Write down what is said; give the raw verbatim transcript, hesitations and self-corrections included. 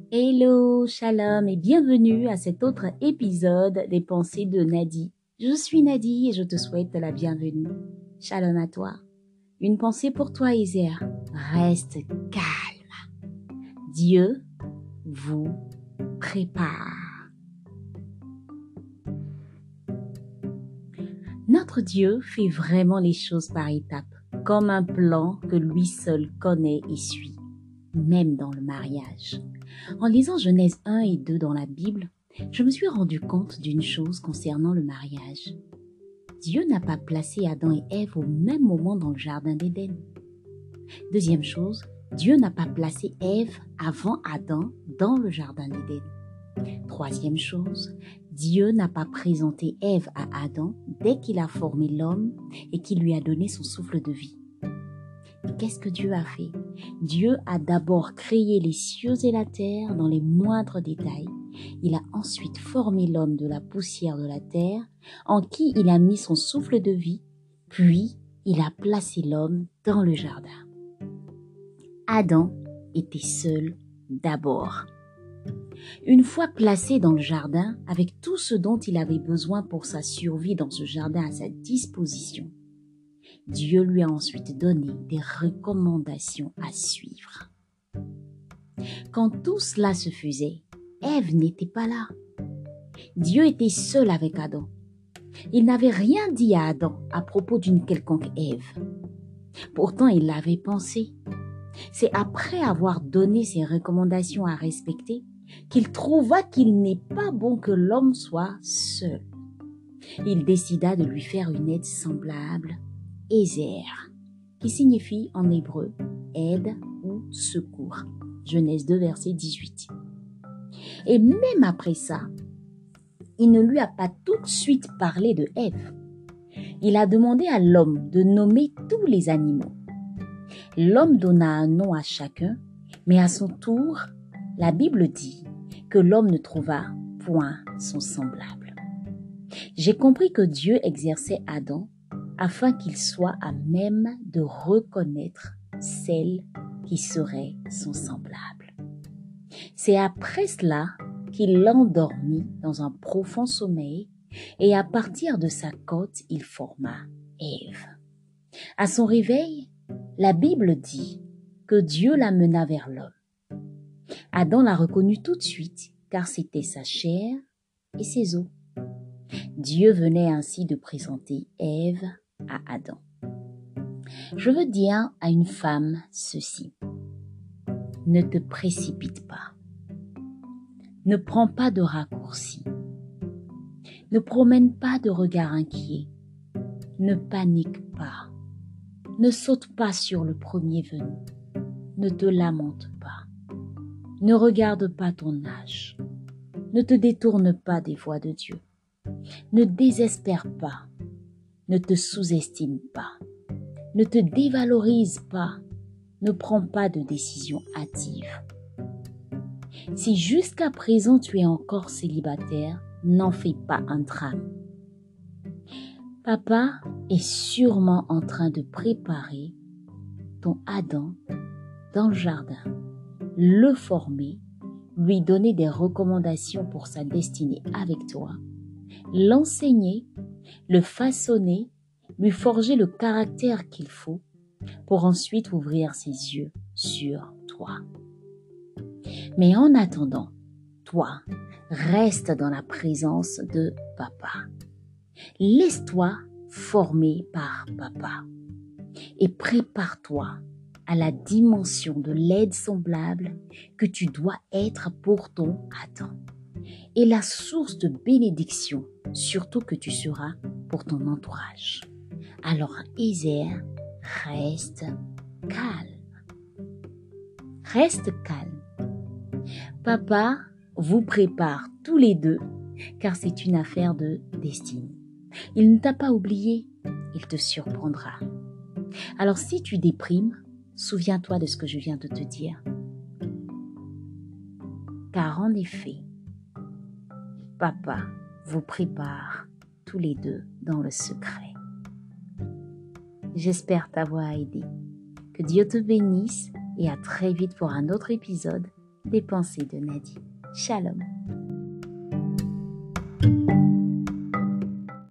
Hello, shalom et bienvenue à cet autre épisode des pensées de Nadi. Je suis Nadi et je te souhaite la bienvenue. Shalom à toi. Une pensée pour toi, Isère. Reste calme. Dieu vous prépare. Notre Dieu fait vraiment les choses par étapes, comme un plan que lui seul connaît et suit, même dans le mariage. En lisant Genèse un et deux dans la Bible, je me suis rendu compte d'une chose concernant le mariage. Dieu n'a pas placé Adam et Ève au même moment dans le jardin d'Éden. Deuxième chose, Dieu n'a pas placé Ève avant Adam dans le jardin d'Éden. Troisième chose, Dieu n'a pas présenté Ève à Adam dès qu'il a formé l'homme et qu'il lui a donné son souffle de vie. Et qu'est-ce que Dieu a fait? Dieu a d'abord créé les cieux et la terre dans les moindres détails. Il a ensuite formé l'homme de la poussière de la terre, en qui il a mis son souffle de vie, puis il a placé l'homme dans le jardin. Adam était seul d'abord. Une fois placé dans le jardin, avec tout ce dont il avait besoin pour sa survie dans ce jardin à sa disposition, Dieu lui a ensuite donné des recommandations à suivre. Quand tout cela se faisait, Ève n'était pas là. Dieu était seul avec Adam. Il n'avait rien dit à Adam à propos d'une quelconque Ève. Pourtant, il l'avait pensé. C'est après avoir donné ses recommandations à respecter qu'il trouva qu'il n'est pas bon que l'homme soit seul. Il décida de lui faire une aide semblable, Ézer, qui signifie en hébreu aide ou secours. Genèse deux, verset dix-huit. Et même après ça, il ne lui a pas tout de suite parlé de Ève. Il a demandé à l'homme de nommer tous les animaux. L'homme donna un nom à chacun, mais à son tour, la Bible dit que l'homme ne trouva point son semblable. J'ai compris que Dieu exerçait Adam afin qu'il soit à même de reconnaître celle qui serait son semblable. C'est après cela qu'il l'endormit dans un profond sommeil et à partir de sa côte, il forma Ève. À son réveil, la Bible dit que Dieu l'amena vers l'homme. Adam l'a reconnu tout de suite car c'était sa chair et ses os. Dieu venait ainsi de présenter Ève à Adam. Je veux dire à une femme ceci. Ne te précipite pas. Ne prends pas de raccourcis. Ne promène pas de regard inquiet. Ne panique pas. Ne saute pas sur le premier venu. Ne te lamente pas. Ne regarde pas ton âge. Ne te détourne pas des voies de Dieu. Ne désespère pas. Ne te sous-estime pas. Ne te dévalorise pas. Ne prends pas de décision hâtive. Si jusqu'à présent tu es encore célibataire, n'en fais pas un drame. Papa est sûrement en train de préparer ton Adam dans le jardin, le former, lui donner des recommandations pour sa destinée avec toi, l'enseigner, le façonner, lui forger le caractère qu'il faut pour ensuite ouvrir ses yeux sur toi. Mais en attendant, toi, reste dans la présence de papa. Laisse-toi former par papa et prépare-toi à la dimension de l'aide semblable que tu dois être pour ton Adam et la source de bénédiction, surtout que tu seras pour ton entourage. Alors, Ézer, reste calme. Reste calme. Papa vous prépare tous les deux, car c'est une affaire de destinée. Il ne t'a pas oublié, il te surprendra. Alors si tu déprimes, souviens-toi de ce que je viens de te dire. Car en effet, Papa vous prépare tous les deux dans le secret. J'espère t'avoir aidé. Que Dieu te bénisse et à très vite pour un autre épisode Des pensées de Nadie. Shalom.